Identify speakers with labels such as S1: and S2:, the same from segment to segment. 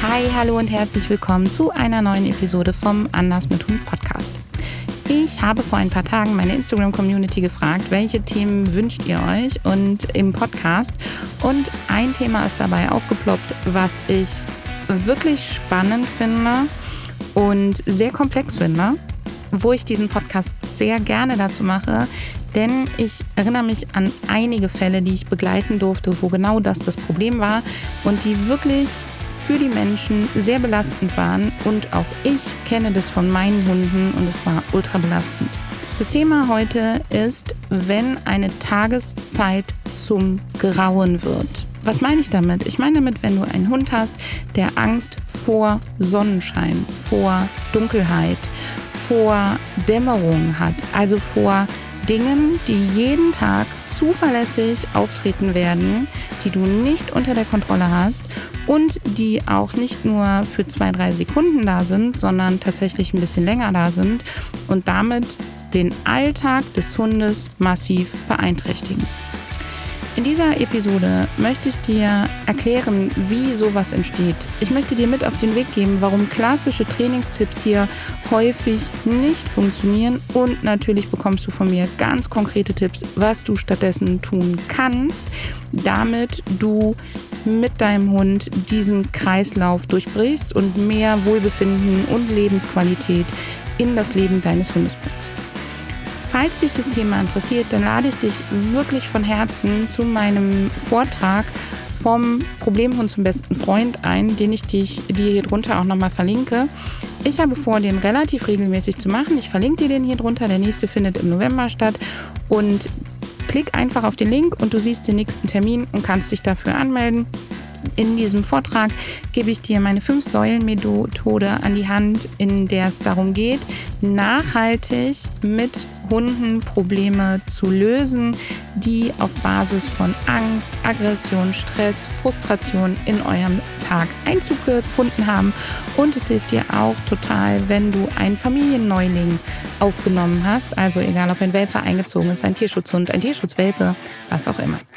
S1: Hi, hallo und herzlich willkommen zu einer neuen Episode vom Anders mit Hund Podcast. Ich habe vor ein paar Tagen meine Instagram-Community gefragt, welche Themen wünscht ihr euch und im Podcast. Und ein Thema ist dabei aufgeploppt, was ich wirklich spannend finde und sehr komplex finde, wo ich diesen Podcast sehr gerne dazu mache, denn ich erinnere mich an einige Fälle, die ich begleiten durfte, wo genau das Problem war und die wirklich für die Menschen sehr belastend waren. Und auch ich kenne das von meinen Hunden und es war ultra belastend. Das Thema heute ist, wenn eine Tageszeit zum Grauen wird. Was meine ich damit? Ich meine damit, wenn du einen Hund hast, der Angst vor Sonnenschein, vor Dunkelheit, vor Dämmerung hat, also vor Dingen, die jeden Tag zuverlässig auftreten werden, die du nicht unter der Kontrolle hast und die auch nicht nur für 2-3 Sekunden da sind, sondern tatsächlich ein bisschen länger da sind und damit den Alltag des Hundes massiv beeinträchtigen. In dieser Episode möchte ich dir erklären, wie sowas entsteht. Ich möchte dir mit auf den Weg geben, warum klassische Trainingstipps hier häufig nicht funktionieren. Und natürlich bekommst du von mir ganz konkrete Tipps, was du stattdessen tun kannst, damit du mit deinem Hund diesen Kreislauf durchbrichst und mehr Wohlbefinden und Lebensqualität in das Leben deines Hundes bringst. Falls dich das Thema interessiert, dann lade ich dich wirklich von Herzen zu meinem Vortrag vom Problemhund zum besten Freund ein, den ich dir hier drunter auch nochmal verlinke. Ich habe vor, den relativ regelmäßig zu machen. Ich verlinke dir den hier drunter. Der nächste findet im November statt. Und klick einfach auf den Link und du siehst den nächsten Termin und kannst dich dafür anmelden. In diesem Vortrag gebe ich dir meine 5-Säulen-Methode an die Hand, in der es darum geht, nachhaltig mit Hunden Probleme zu lösen, die auf Basis von Angst, Aggression, Stress, Frustration in eurem Tag Einzug gefunden haben. Und es hilft dir auch total, wenn du einen Familienneuling aufgenommen hast, also egal ob ein Welpe eingezogen ist, ein Tierschutzhund, ein Tierschutzwelpe, was auch immer.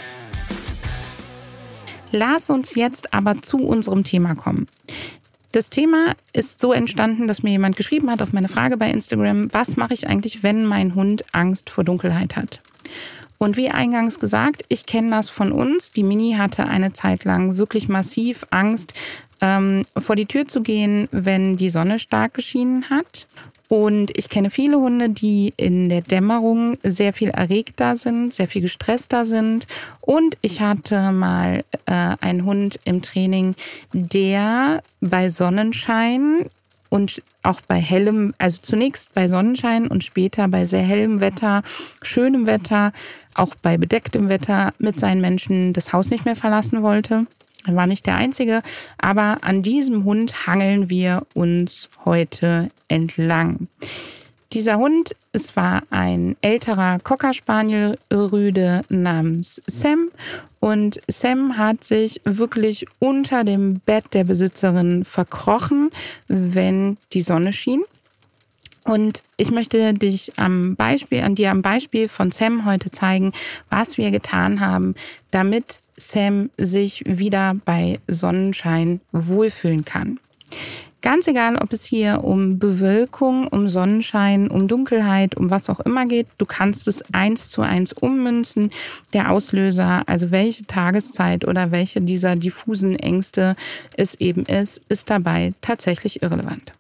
S1: Lass uns jetzt aber zu unserem Thema kommen. Das Thema ist so entstanden, dass mir jemand geschrieben hat auf meine Frage bei Instagram, was mache ich eigentlich, wenn mein Hund Angst vor Dunkelheit hat? Und wie eingangs gesagt, ich kenne das von uns. Die Mini hatte eine Zeit lang wirklich massiv Angst, vor die Tür zu gehen, wenn die Sonne stark geschienen hat. Und ich kenne viele Hunde, die in der Dämmerung sehr viel erregter sind, sehr viel gestresster sind. Und ich hatte mal einen Hund im Training, der bei Sonnenschein und auch bei hellem, also zunächst bei Sonnenschein und später bei sehr hellem Wetter, schönem Wetter, auch bei bedecktem Wetter mit seinen Menschen das Haus nicht mehr verlassen wollte. Er war nicht der Einzige, aber an diesem Hund hangeln wir uns heute entlang. Dieser Hund, es war ein älterer Cocker Spaniel Rüde namens Sam und Sam hat sich wirklich unter dem Bett der Besitzerin verkrochen, wenn die Sonne schien. Und ich möchte dich am Beispiel von Sam heute zeigen, was wir getan haben, damit Sam sich wieder bei Sonnenschein wohlfühlen kann. Ganz egal, ob es hier um Bewölkung, um Sonnenschein, um Dunkelheit, um was auch immer geht, du kannst es 1:1 ummünzen. Der Auslöser, also welche Tageszeit oder welche dieser diffusen Ängste es eben ist dabei tatsächlich irrelevant.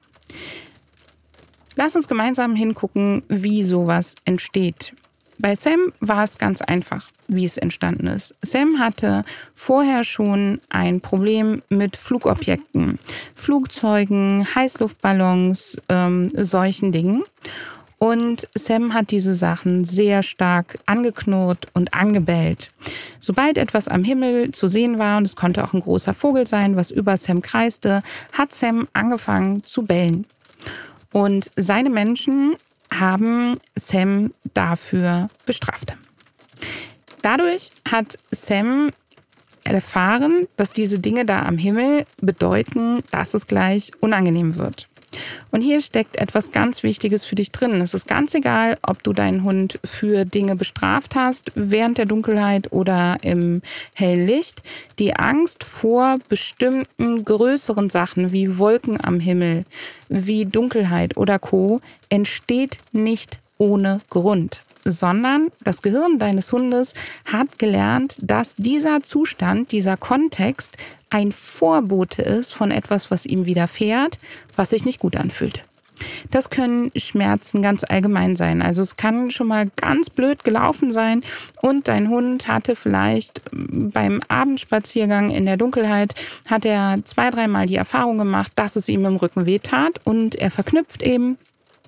S1: Lass uns gemeinsam hingucken, wie sowas entsteht. Bei Sam war es ganz einfach, wie es entstanden ist. Sam hatte vorher schon ein Problem mit Flugobjekten, Flugzeugen, Heißluftballons, solchen Dingen. Und Sam hat diese Sachen sehr stark angeknurrt und angebellt. Sobald etwas am Himmel zu sehen war, und es konnte auch ein großer Vogel sein, was über Sam kreiste, hat Sam angefangen zu bellen. Und seine Menschen haben Sam dafür bestraft. Dadurch hat Sam erfahren, dass diese Dinge da am Himmel bedeuten, dass es gleich unangenehm wird. Und hier steckt etwas ganz Wichtiges für dich drin. Es ist ganz egal, ob du deinen Hund für Dinge bestraft hast, während der Dunkelheit oder im hellen Licht. Die Angst vor bestimmten größeren Sachen wie Wolken am Himmel, wie Dunkelheit oder Co. entsteht nicht ohne Grund, sondern das Gehirn deines Hundes hat gelernt, dass dieser Zustand, dieser Kontext ein Vorbote ist von etwas, was ihm widerfährt, was sich nicht gut anfühlt. Das können Schmerzen ganz allgemein sein. Also es kann schon mal ganz blöd gelaufen sein und dein Hund hatte vielleicht beim Abendspaziergang in der Dunkelheit, hat er 2-3 Mal die Erfahrung gemacht, dass es ihm im Rücken wehtat und er verknüpft eben,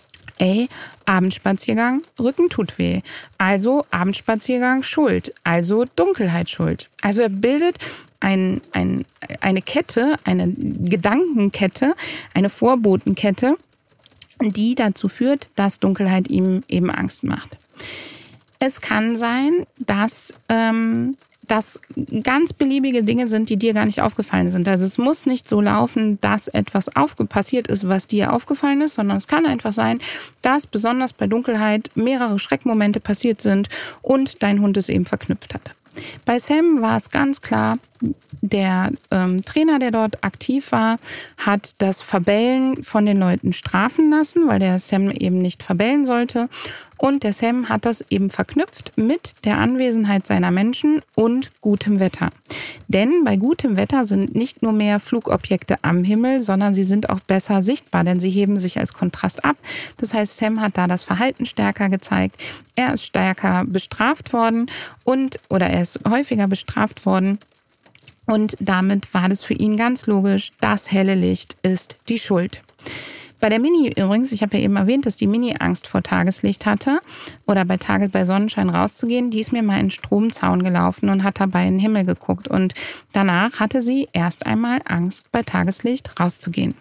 S1: Abendspaziergang, Rücken tut weh. Also Abendspaziergang schuld, also Dunkelheit schuld. Also er bildet eine Kette, eine Gedankenkette, eine Vorbotenkette, die dazu führt, dass Dunkelheit ihm eben Angst macht. Es kann sein, dass das ganz beliebige Dinge sind, die dir gar nicht aufgefallen sind. Also es muss nicht so laufen, dass etwas passiert ist, was dir aufgefallen ist, sondern es kann einfach sein, dass besonders bei Dunkelheit mehrere Schreckmomente passiert sind und dein Hund es eben verknüpft hat. Bei Sam war es ganz klar, der Trainer, der dort aktiv war, hat das Verbellen von den Leuten strafen lassen, weil der Sam eben nicht verbellen sollte. Und der Sam hat das eben verknüpft mit der Anwesenheit seiner Menschen und gutem Wetter. Denn bei gutem Wetter sind nicht nur mehr Flugobjekte am Himmel, sondern sie sind auch besser sichtbar, denn sie heben sich als Kontrast ab. Das heißt, Sam hat da das Verhalten stärker gezeigt. Er ist stärker bestraft worden oder er ist häufiger bestraft worden. Und damit war das für ihn ganz logisch, das helle Licht ist die Schuld. Bei der Mini übrigens, ich habe ja eben erwähnt, dass die Mini Angst vor Tageslicht hatte oder bei Sonnenschein rauszugehen, die ist mir mal in den Stromzaun gelaufen und hat dabei in den Himmel geguckt. Und danach hatte sie erst einmal Angst, bei Tageslicht rauszugehen.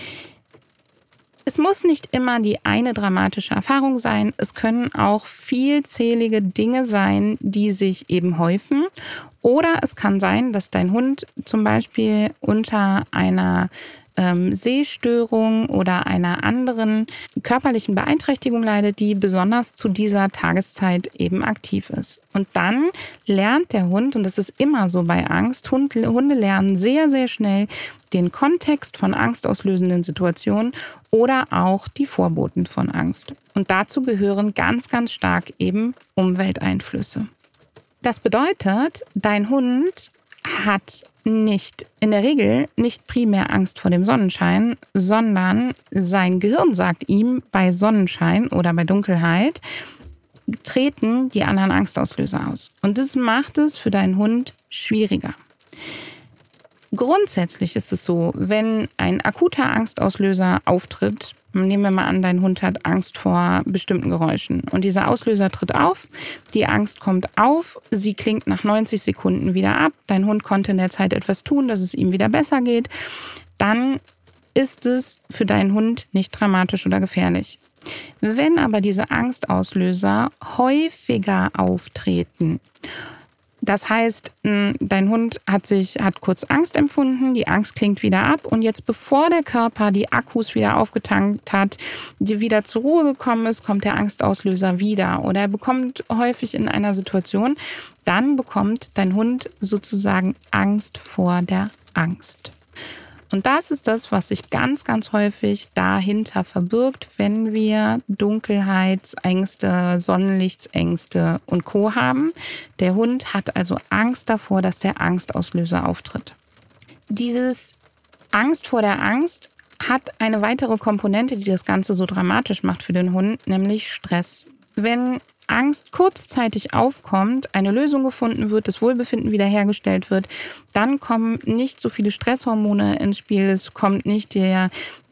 S1: Es muss nicht immer die eine dramatische Erfahrung sein. Es können auch vielzählige Dinge sein, die sich eben häufen. Oder es kann sein, dass dein Hund zum Beispiel unter einer Sehstörung oder einer anderen körperlichen Beeinträchtigung leidet, die besonders zu dieser Tageszeit eben aktiv ist. Und dann lernt der Hund, und das ist immer so bei Angst, Hunde lernen sehr, sehr schnell den Kontext von angstauslösenden Situationen oder auch die Vorboten von Angst. Und dazu gehören ganz, ganz stark eben Umwelteinflüsse. Das bedeutet, dein Hund hat in der Regel nicht primär Angst vor dem Sonnenschein, sondern sein Gehirn sagt ihm, bei Sonnenschein oder bei Dunkelheit treten die anderen Angstauslöser aus. Und das macht es für deinen Hund schwieriger. Grundsätzlich ist es so, wenn ein akuter Angstauslöser auftritt, nehmen wir mal an, dein Hund hat Angst vor bestimmten Geräuschen und dieser Auslöser tritt auf, die Angst kommt auf, sie klingt nach 90 Sekunden wieder ab, dein Hund konnte in der Zeit etwas tun, dass es ihm wieder besser geht, dann ist es für deinen Hund nicht dramatisch oder gefährlich. Wenn aber diese Angstauslöser häufiger auftreten, das heißt, dein Hund hat kurz Angst empfunden, die Angst klingt wieder ab und jetzt, bevor der Körper die Akkus wieder aufgetankt hat, die wieder zur Ruhe gekommen ist, kommt der Angstauslöser wieder oder er bekommt häufig in einer Situation, dann bekommt dein Hund sozusagen Angst vor der Angst. Und das ist das, was sich ganz, ganz häufig dahinter verbirgt, wenn wir Dunkelheitsängste, Sonnenlichtsängste und Co. haben. Der Hund hat also Angst davor, dass der Angstauslöser auftritt. Dieses Angst vor der Angst hat eine weitere Komponente, die das Ganze so dramatisch macht für den Hund, nämlich Stress. Wenn Angst kurzzeitig aufkommt, eine Lösung gefunden wird, das Wohlbefinden wiederhergestellt wird, dann kommen nicht so viele Stresshormone ins Spiel, es kommt nicht der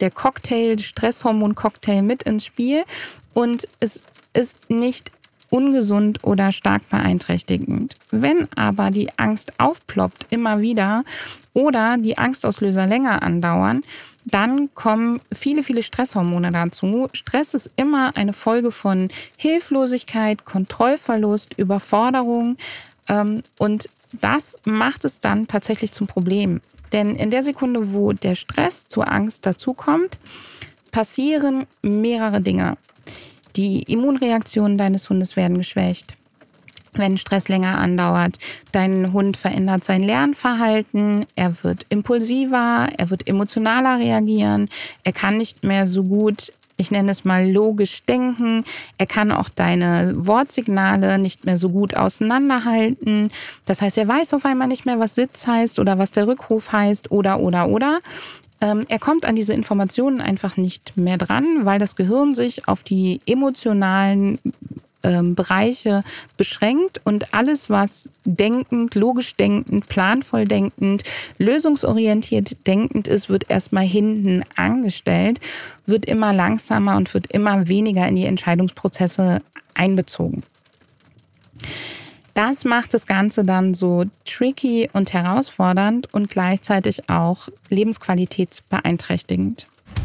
S1: Stresshormon-Cocktail mit ins Spiel und es ist nicht ungesund oder stark beeinträchtigend. Wenn aber die Angst aufploppt immer wieder oder die Angstauslöser länger andauern, dann kommen viele, viele Stresshormone dazu. Stress ist immer eine Folge von Hilflosigkeit, Kontrollverlust, Überforderung und das macht es dann tatsächlich zum Problem. Denn in der Sekunde, wo der Stress zur Angst dazukommt, passieren mehrere Dinge. Die Immunreaktionen deines Hundes werden geschwächt. Wenn Stress länger andauert, dein Hund verändert sein Lernverhalten, er wird impulsiver, er wird emotionaler reagieren, er kann nicht mehr so gut, ich nenne es mal, logisch denken, er kann auch deine Wortsignale nicht mehr so gut auseinanderhalten. Das heißt, er weiß auf einmal nicht mehr, was Sitz heißt oder was der Rückruf heißt oder. Er kommt an diese Informationen einfach nicht mehr dran, weil das Gehirn sich auf die emotionalen Bereiche beschränkt und alles, was denkend, logisch denkend, planvoll denkend, lösungsorientiert denkend ist, wird erstmal hinten angestellt, wird immer langsamer und wird immer weniger in die Entscheidungsprozesse einbezogen. Das macht das Ganze dann so tricky und herausfordernd und gleichzeitig auch lebensqualitätsbeeinträchtigend.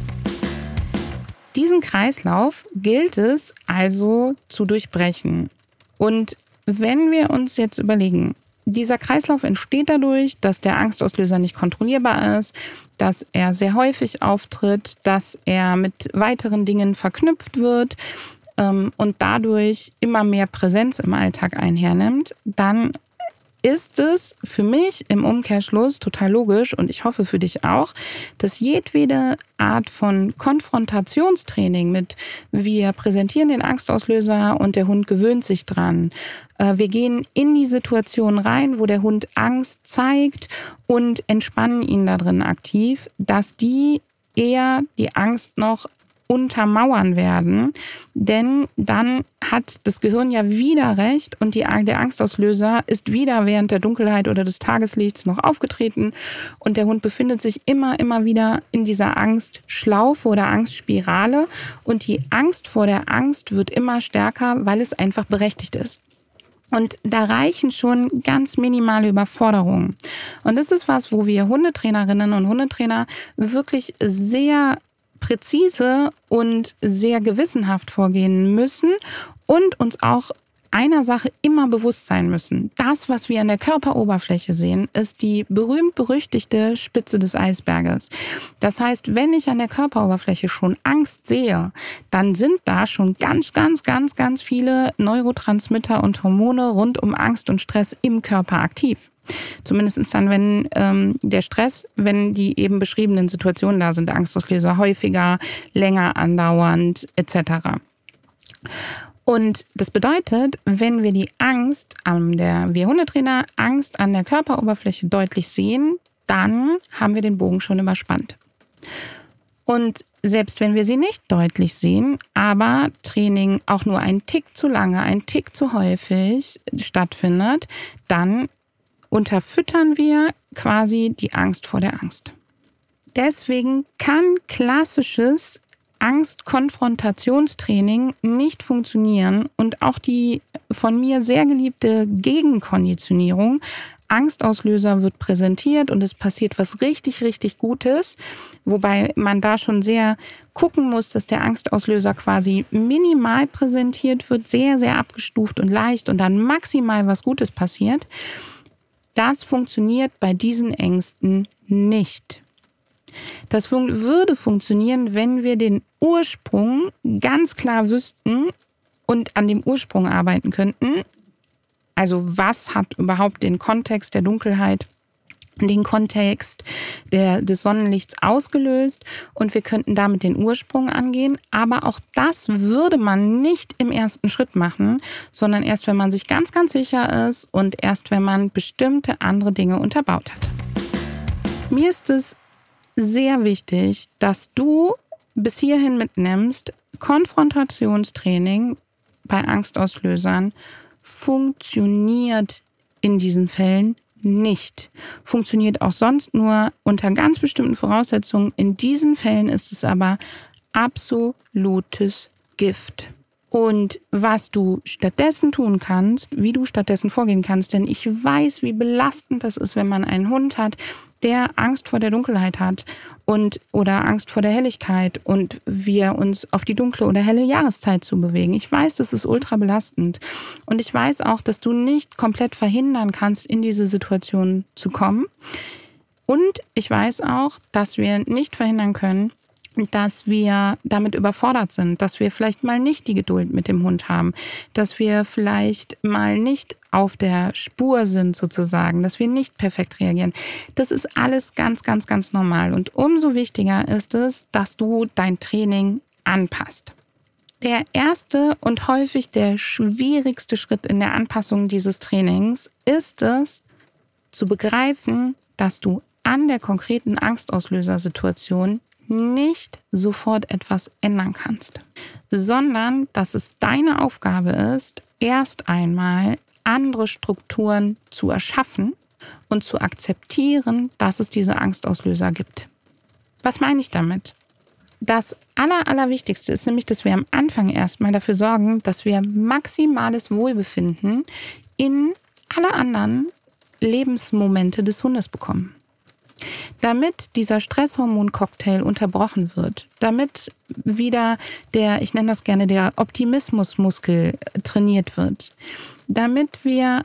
S1: Diesen Kreislauf gilt es also zu durchbrechen. Und wenn wir uns jetzt überlegen, dieser Kreislauf entsteht dadurch, dass der Angstauslöser nicht kontrollierbar ist, dass er sehr häufig auftritt, dass er mit weiteren Dingen verknüpft wird und dadurch immer mehr Präsenz im Alltag einhernimmt, dann ist es für mich im Umkehrschluss total logisch und ich hoffe für dich auch, dass jedwede Art von Konfrontationstraining mit wir präsentieren den Angstauslöser und der Hund gewöhnt sich dran. Wir gehen in die Situation rein, wo der Hund Angst zeigt und entspannen ihn da drin aktiv, dass die eher die Angst noch untermauern werden, denn dann hat das Gehirn ja wieder recht und der Angstauslöser ist wieder während der Dunkelheit oder des Tageslichts noch aufgetreten und der Hund befindet sich immer wieder in dieser Angstschlaufe oder Angstspirale und die Angst vor der Angst wird immer stärker, weil es einfach berechtigt ist. Und da reichen schon ganz minimale Überforderungen. Und das ist was, wo wir Hundetrainerinnen und Hundetrainer wirklich sehr präzise und sehr gewissenhaft vorgehen müssen und uns auch einer Sache immer bewusst sein müssen. Das, was wir an der Körperoberfläche sehen, ist die berühmt-berüchtigte Spitze des Eisberges. Das heißt, wenn ich an der Körperoberfläche schon Angst sehe, dann sind da schon ganz viele Neurotransmitter und Hormone rund um Angst und Stress im Körper aktiv. Zumindest dann, wenn der Stress, wenn die eben beschriebenen Situationen da sind, Angstauslöser häufiger, länger andauernd etc. Und das bedeutet, wenn wir die Angst wir Hundetrainer Angst an der Körperoberfläche deutlich sehen, dann haben wir den Bogen schon überspannt. Und selbst wenn wir sie nicht deutlich sehen, aber Training auch nur einen Tick zu lange, einen Tick zu häufig stattfindet, dann unterfüttern wir quasi die Angst vor der Angst. Deswegen kann klassisches Angst-Konfrontationstraining nicht funktionieren und auch die von mir sehr geliebte Gegenkonditionierung. Angstauslöser wird präsentiert und es passiert was richtig Gutes, wobei man da schon sehr gucken muss, dass der Angstauslöser quasi minimal präsentiert wird, sehr abgestuft und leicht und dann maximal was Gutes passiert. Das funktioniert bei diesen Ängsten nicht. Das würde funktionieren, wenn wir den Ursprung ganz klar wüssten und an dem Ursprung arbeiten könnten. Also was hat überhaupt den Kontext der Dunkelheit, den Kontext des Sonnenlichts ausgelöst und wir könnten damit den Ursprung angehen. Aber auch das würde man nicht im ersten Schritt machen, sondern erst, wenn man sich ganz sicher ist und erst, wenn man bestimmte andere Dinge unterbaut hat. Mir ist es sehr wichtig, dass du bis hierhin mitnimmst, Konfrontationstraining bei Angstauslösern funktioniert in diesen Fällen nicht. Funktioniert auch sonst nur unter ganz bestimmten Voraussetzungen. In diesen Fällen ist es aber absolutes Gift. Und was du stattdessen tun kannst, wie du stattdessen vorgehen kannst, denn ich weiß, wie belastend das ist, wenn man einen Hund hat, der Angst vor der Dunkelheit hat oder Angst vor der Helligkeit und wir uns auf die dunkle oder helle Jahreszeit zu bewegen. Ich weiß, das ist ultra belastend. Und ich weiß auch, dass du nicht komplett verhindern kannst, in diese Situation zu kommen. Und ich weiß auch, dass wir nicht verhindern können, dass wir damit überfordert sind, dass wir vielleicht mal nicht die Geduld mit dem Hund haben, dass wir vielleicht mal nicht auf der Spur sind sozusagen, dass wir nicht perfekt reagieren. Das ist alles ganz, ganz, ganz normal. Und umso wichtiger ist es, dass du dein Training anpasst. Der erste und häufig der schwierigste Schritt in der Anpassung dieses Trainings ist es, zu begreifen, dass du an der konkreten Angstauslösersituation nicht sofort etwas ändern kannst, sondern dass es deine Aufgabe ist, erst einmal andere Strukturen zu erschaffen und zu akzeptieren, dass es diese Angstauslöser gibt. Was meine ich damit? Das Allerwichtigste ist nämlich, dass wir am Anfang erstmal dafür sorgen, dass wir maximales Wohlbefinden in alle anderen Lebensmomente des Hundes bekommen. Damit dieser Stresshormon-Cocktail unterbrochen wird, damit wieder ich nenne das gerne der Optimismusmuskel trainiert wird, damit wir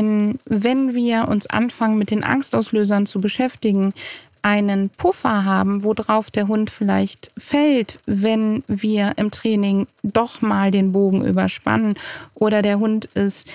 S1: wenn wir uns anfangen mit den Angstauslösern zu beschäftigen, einen Puffer haben, worauf der Hund vielleicht fällt, wenn wir im Training doch mal den Bogen überspannen oder der Hund es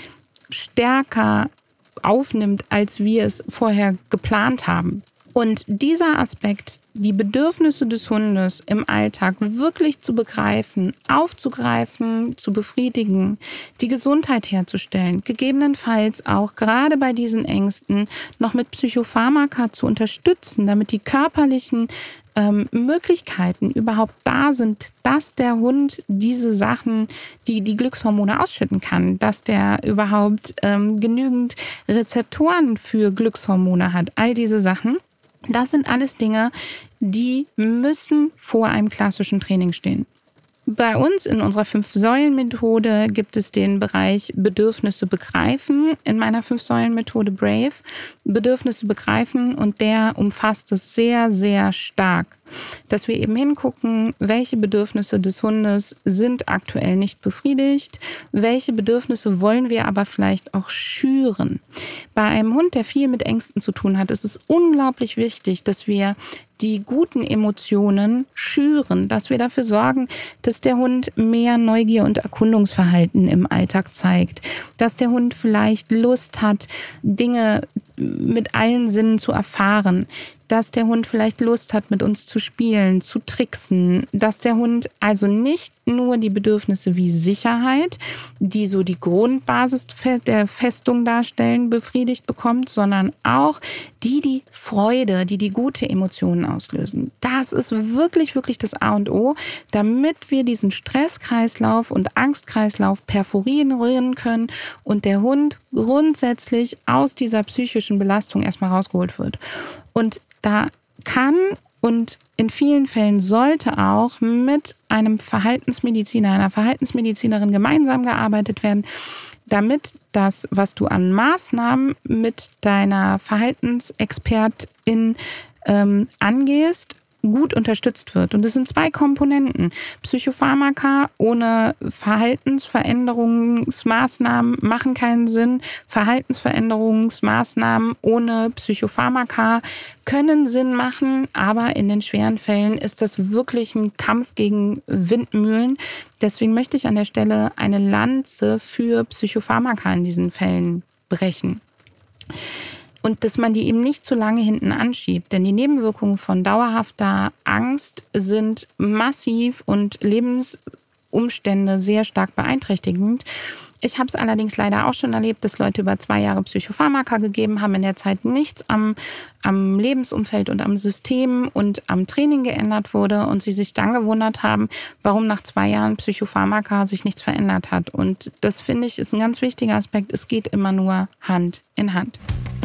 S1: stärker aufnimmt, als wir es vorher geplant haben. Und dieser Aspekt, die Bedürfnisse des Hundes im Alltag wirklich zu begreifen, aufzugreifen, zu befriedigen, die Gesundheit herzustellen, gegebenenfalls auch gerade bei diesen Ängsten noch mit Psychopharmaka zu unterstützen, damit die körperlichen Möglichkeiten überhaupt da sind, dass der Hund diese Sachen, die Glückshormone ausschütten kann, dass der überhaupt genügend Rezeptoren für Glückshormone hat, all diese Sachen. Das sind alles Dinge, die müssen vor einem klassischen Training stehen. Bei uns in unserer 5-Säulen-Methode gibt es den Bereich Bedürfnisse begreifen, in meiner 5-Säulen-Methode Brave. Bedürfnisse begreifen, und der umfasst es sehr, sehr stark. Dass wir eben hingucken, welche Bedürfnisse des Hundes sind aktuell nicht befriedigt, welche Bedürfnisse wollen wir aber vielleicht auch schüren. Bei einem Hund, der viel mit Ängsten zu tun hat, ist es unglaublich wichtig, dass wir die guten Emotionen schüren, dass wir dafür sorgen, dass der Hund mehr Neugier und Erkundungsverhalten im Alltag zeigt, dass der Hund vielleicht Lust hat, Dinge mit allen Sinnen zu erfahren, dass der Hund vielleicht Lust hat, mit uns zu spielen, zu tricksen, dass der Hund also nicht nur die Bedürfnisse wie Sicherheit, die so die Grundbasis der Festung darstellen, befriedigt bekommt, sondern auch die Freude, die gute Emotionen auslösen. Das ist wirklich, wirklich das A und O, damit wir diesen Stresskreislauf und Angstkreislauf perforieren können und der Hund grundsätzlich aus dieser psychischen Belastung erstmal rausgeholt wird. Und da kann und in vielen Fällen sollte auch mit einem Verhaltensmediziner, einer Verhaltensmedizinerin gemeinsam gearbeitet werden, damit das, was du an Maßnahmen mit deiner Verhaltensexpertin angehst, gut unterstützt wird. Und es sind 2 Komponenten. Psychopharmaka ohne Verhaltensveränderungsmaßnahmen machen keinen Sinn. Verhaltensveränderungsmaßnahmen ohne Psychopharmaka können Sinn machen, aber in den schweren Fällen ist das wirklich ein Kampf gegen Windmühlen. Deswegen möchte ich an der Stelle eine Lanze für Psychopharmaka in diesen Fällen brechen. Und dass man die eben nicht zu lange hinten anschiebt. Denn die Nebenwirkungen von dauerhafter Angst sind massiv und Lebensumstände sehr stark beeinträchtigend. Ich habe es allerdings leider auch schon erlebt, dass Leute über 2 Jahre Psychopharmaka gegeben haben, in der Zeit nichts am Lebensumfeld und am System und am Training geändert wurde und sie sich dann gewundert haben, warum nach 2 Jahren Psychopharmaka sich nichts verändert hat. Und das, finde ich, ist ein ganz wichtiger Aspekt. Es geht immer nur Hand in Hand.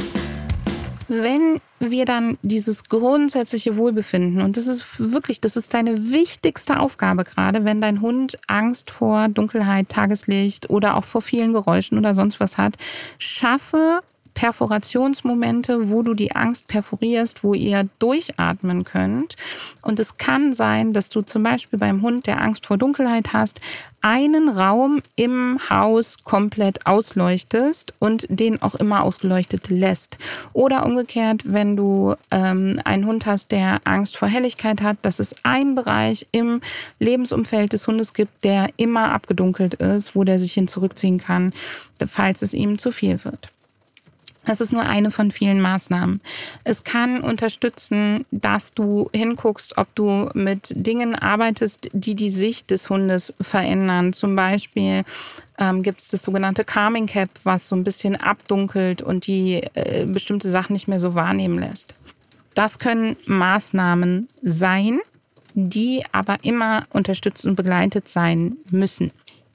S1: Wenn wir dann dieses grundsätzliche Wohlbefinden, und das ist deine wichtigste Aufgabe gerade, wenn dein Hund Angst vor Dunkelheit, Tageslicht oder auch vor vielen Geräuschen oder sonst was hat, schaffe Perforationsmomente, wo du die Angst perforierst, wo ihr durchatmen könnt. Und es kann sein, dass du zum Beispiel beim Hund, der Angst vor Dunkelheit hast, einen Raum im Haus komplett ausleuchtest und den auch immer ausgeleuchtet lässt. Oder umgekehrt, wenn du einen Hund hast, der Angst vor Helligkeit hat, dass es einen Bereich im Lebensumfeld des Hundes gibt, der immer abgedunkelt ist, wo der sich hin zurückziehen kann, falls es ihm zu viel wird. Das ist nur eine von vielen Maßnahmen. Es kann unterstützen, dass du hinguckst, ob du mit Dingen arbeitest, die die Sicht des Hundes verändern. Zum Beispiel gibt es das sogenannte Calming Cap, was so ein bisschen abdunkelt und die bestimmte Sachen nicht mehr so wahrnehmen lässt. Das können Maßnahmen sein, die aber immer unterstützt und begleitet sein müssen.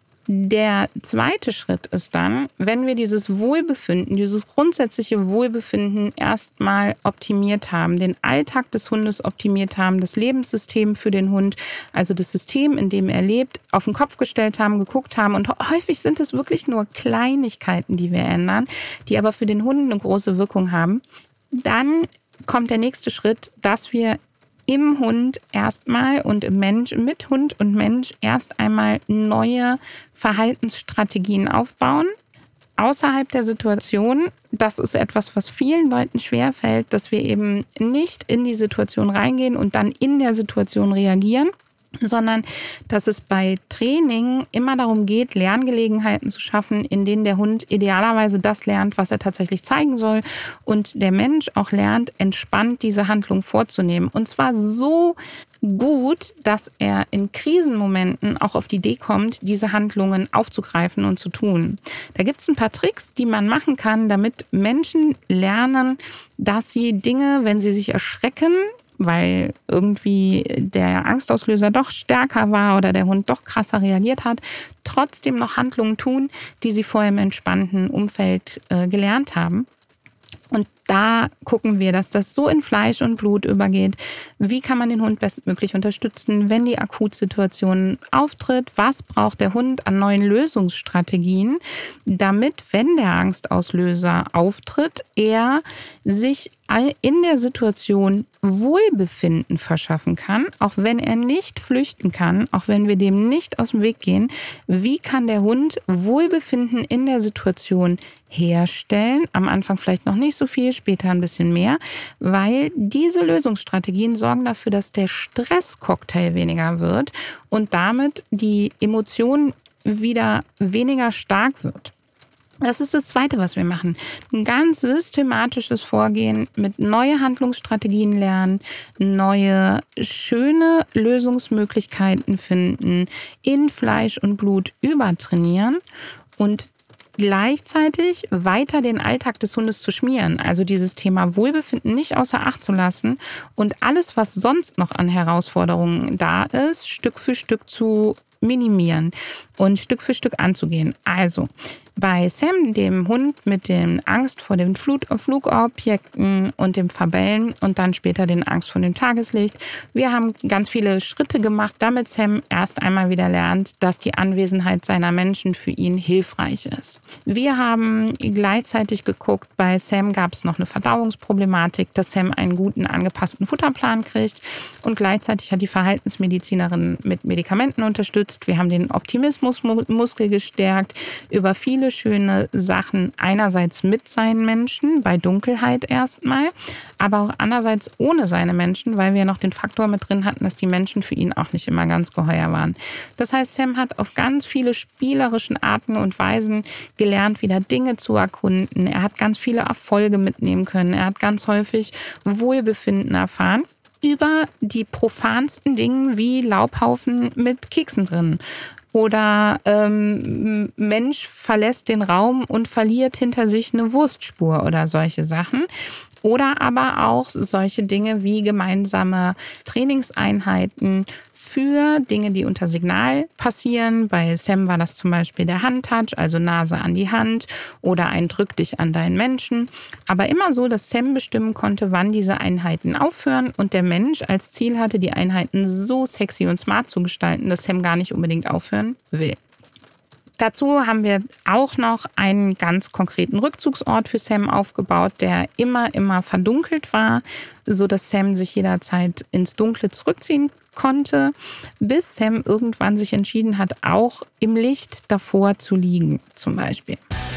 S1: Der zweite Schritt ist dann, wenn wir dieses Wohlbefinden, dieses grundsätzliche Wohlbefinden erstmal optimiert haben, den Alltag des Hundes optimiert haben, das Lebenssystem für den Hund, also das System, in dem er lebt, auf den Kopf gestellt haben, geguckt haben. Und häufig sind es wirklich nur Kleinigkeiten, die wir ändern, die aber für den Hund eine große Wirkung haben. Dann kommt der nächste Schritt, dass wir im Hund erstmal und im Mensch, mit Hund und Mensch erst einmal neue Verhaltensstrategien aufbauen. Außerhalb der Situation, das ist etwas, was vielen Leuten schwerfällt, dass wir eben nicht in die Situation reingehen und dann in der Situation reagieren, sondern dass es bei Training immer darum geht, Lerngelegenheiten zu schaffen, in denen der Hund idealerweise das lernt, was er tatsächlich zeigen soll und der Mensch auch lernt, entspannt diese Handlung vorzunehmen. Und zwar so gut, dass er in Krisenmomenten auch auf die Idee kommt, diese Handlungen aufzugreifen und zu tun. Da gibt es ein paar Tricks, die man machen kann, damit Menschen lernen, dass sie Dinge, wenn sie sich erschrecken, weil irgendwie der Angstauslöser doch stärker war oder der Hund doch krasser reagiert hat, trotzdem noch Handlungen tun, die sie vorher im entspannten Umfeld gelernt haben. Und da gucken wir, dass das so in Fleisch und Blut übergeht. Wie kann man den Hund bestmöglich unterstützen, wenn die Akutsituation auftritt? Was braucht der Hund an neuen Lösungsstrategien, damit, wenn der Angstauslöser auftritt, er sich in der Situation Wohlbefinden verschaffen kann, auch wenn er nicht flüchten kann, auch wenn wir dem nicht aus dem Weg gehen. Wie kann der Hund Wohlbefinden in der Situation herstellen? Am Anfang vielleicht noch nicht so viel, später ein bisschen mehr, weil diese Lösungsstrategien sorgen dafür, dass der Stresscocktail weniger wird und damit die Emotion wieder weniger stark wird. Das ist das Zweite, was wir machen. Ein ganz systematisches Vorgehen mit neue Handlungsstrategien lernen, neue, schöne Lösungsmöglichkeiten finden, in Fleisch und Blut übertrainieren und gleichzeitig weiter den Alltag des Hundes zu schmieren. Also dieses Thema Wohlbefinden nicht außer Acht zu lassen und alles, was sonst noch an Herausforderungen da ist, Stück für Stück zu minimieren und Stück für Stück anzugehen. Also bei Sam, dem Hund mit der Angst vor den Flugobjekten und dem Verbellen und dann später den Angst vor dem Tageslicht. Wir haben ganz viele Schritte gemacht, damit Sam erst einmal wieder lernt, dass die Anwesenheit seiner Menschen für ihn hilfreich ist. Wir haben gleichzeitig geguckt, bei Sam gab es noch eine Verdauungsproblematik, dass Sam einen guten angepassten Futterplan kriegt und gleichzeitig hat die Verhaltensmedizinerin mit Medikamenten unterstützt. Wir haben den Optimismusmuskel gestärkt über viele schöne Sachen, einerseits mit seinen Menschen, bei Dunkelheit erstmal, aber auch andererseits ohne seine Menschen, weil wir noch den Faktor mit drin hatten, dass die Menschen für ihn auch nicht immer ganz geheuer waren. Das heißt, Sam hat auf ganz viele spielerischen Arten und Weisen gelernt, wieder Dinge zu erkunden. Er hat ganz viele Erfolge mitnehmen können. Er hat ganz häufig Wohlbefinden erfahren über die profansten Dinge wie Laubhaufen mit Keksen drin. Oder Mensch verlässt den Raum und verliert hinter sich eine Wurstspur oder solche Sachen. Oder aber auch solche Dinge wie gemeinsame Trainingseinheiten für Dinge, die unter Signal passieren. Bei Sam war das zum Beispiel der Handtouch, also Nase an die Hand oder ein Drück dich an deinen Menschen. Aber immer so, dass Sam bestimmen konnte, wann diese Einheiten aufhören und der Mensch als Ziel hatte, die Einheiten so sexy und smart zu gestalten, dass Sam gar nicht unbedingt aufhören will. Dazu haben wir auch noch einen ganz konkreten Rückzugsort für Sam aufgebaut, der immer verdunkelt war, sodass Sam sich jederzeit ins Dunkle zurückziehen konnte, bis Sam irgendwann sich entschieden hat, auch im Licht davor zu liegen, zum Beispiel.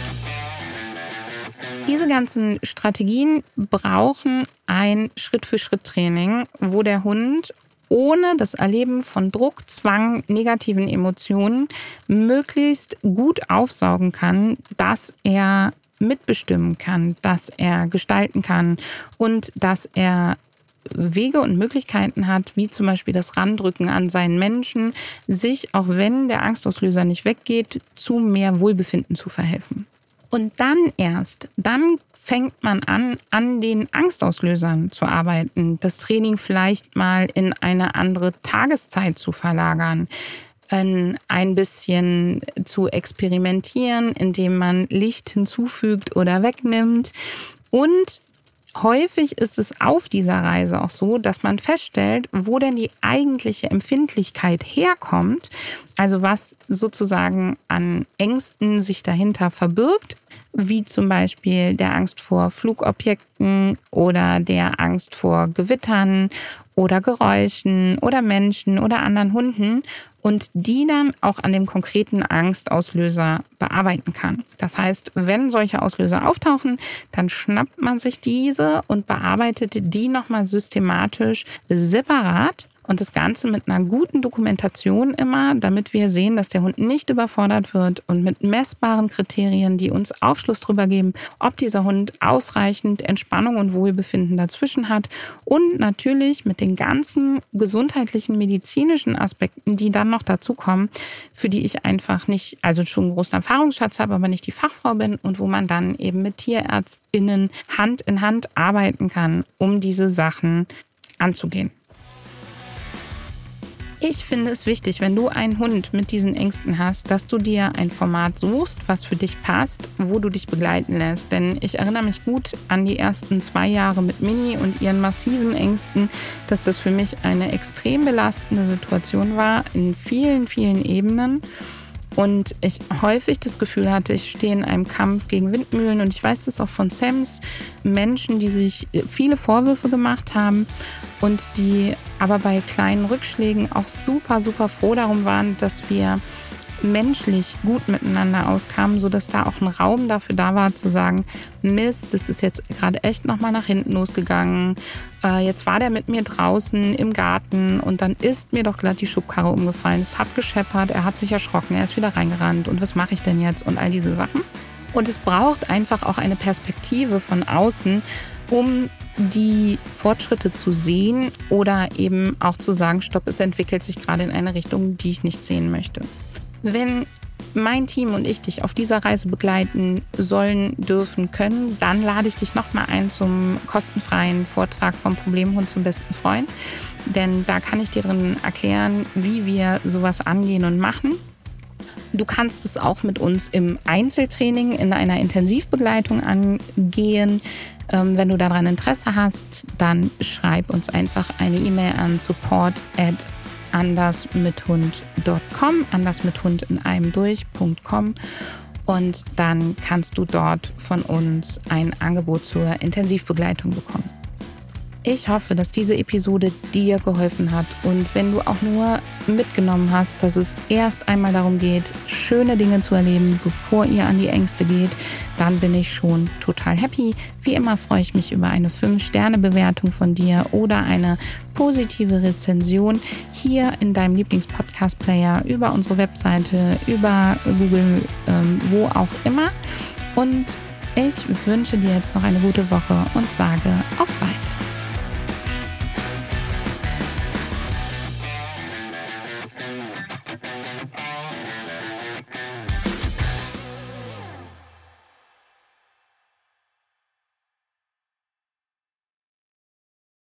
S1: Diese ganzen Strategien brauchen ein Schritt-für-Schritt-Training, wo der Hund ohne das Erleben von Druck, Zwang, negativen Emotionen möglichst gut aufsaugen kann, dass er mitbestimmen kann, dass er gestalten kann und dass er Wege und Möglichkeiten hat, wie zum Beispiel das Randrücken an seinen Menschen, sich, auch wenn der Angstauslöser nicht weggeht, zu mehr Wohlbefinden zu verhelfen. Und dann fängt man an den Angstauslösern zu arbeiten, das Training vielleicht mal in eine andere Tageszeit zu verlagern, ein bisschen zu experimentieren, indem man Licht hinzufügt oder wegnimmt. Und häufig ist es auf dieser Reise auch so, dass man feststellt, wo denn die eigentliche Empfindlichkeit herkommt, also was sozusagen an Ängsten sich dahinter verbirgt, wie zum Beispiel der Angst vor Flugobjekten oder der Angst vor Gewittern oder Geräuschen oder Menschen oder anderen Hunden und die dann auch an dem konkreten Angstauslöser bearbeiten kann. Das heißt, wenn solche Auslöser auftauchen, dann schnappt man sich diese und bearbeitet die nochmal systematisch separat. Und das Ganze mit einer guten Dokumentation immer, damit wir sehen, dass der Hund nicht überfordert wird und mit messbaren Kriterien, die uns Aufschluss darüber geben, ob dieser Hund ausreichend Entspannung und Wohlbefinden dazwischen hat und natürlich mit den ganzen gesundheitlichen, medizinischen Aspekten, die dann noch dazukommen, für die ich einfach nicht, also schon einen großen Erfahrungsschatz habe, aber nicht die Fachfrau bin und wo man dann eben mit TierärztInnen Hand in Hand arbeiten kann, um diese Sachen anzugehen. Ich finde es wichtig, wenn du einen Hund mit diesen Ängsten hast, dass du dir ein Format suchst, was für dich passt, wo du dich begleiten lässt. Denn ich erinnere mich gut an die ersten 2 Jahre mit Mini und ihren massiven Ängsten, dass das für mich eine extrem belastende Situation war in vielen Ebenen. Und ich häufig das Gefühl hatte, ich stehe in einem Kampf gegen Windmühlen. Und ich weiß das auch von Sams Menschen, die sich viele Vorwürfe gemacht haben und die aber bei kleinen Rückschlägen auch super froh darum waren, dass wir menschlich gut miteinander auskamen, sodass da auch ein Raum dafür da war, zu sagen, Mist, das ist jetzt gerade echt nochmal nach hinten losgegangen. Jetzt war der mit mir draußen im Garten und dann ist mir doch glatt die Schubkarre umgefallen. Es hat gescheppert, er hat sich erschrocken, er ist wieder reingerannt und was mache ich denn jetzt und all diese Sachen. Und es braucht einfach auch eine Perspektive von außen, um die Fortschritte zu sehen oder eben auch zu sagen, stopp, es entwickelt sich gerade in eine Richtung, die ich nicht sehen möchte. Wenn mein Team und ich dich auf dieser Reise begleiten sollen, dürfen, können, dann lade ich dich nochmal ein zum kostenfreien Vortrag vom Problemhund zum besten Freund. Denn da kann ich dir drin erklären, wie wir sowas angehen und machen. Du kannst es auch mit uns im Einzeltraining in einer Intensivbegleitung angehen. Wenn du daran Interesse hast, dann schreib uns einfach eine E-Mail an support@andersmithund.com, anders mit Hund in einem durch.com und dann kannst du dort von uns ein Angebot zur Intensivbegleitung bekommen. Ich hoffe, dass diese Episode dir geholfen hat und wenn du auch nur mitgenommen hast, dass es erst einmal darum geht, schöne Dinge zu erleben, bevor ihr an die Ängste geht, dann bin ich schon total happy. Wie immer freue ich mich über eine 5-Sterne-Bewertung von dir oder eine positive Rezension hier in deinem Lieblings-Podcast-Player, über unsere Webseite, über Google, wo auch immer. Und ich wünsche dir jetzt noch eine gute Woche und sage auf bald.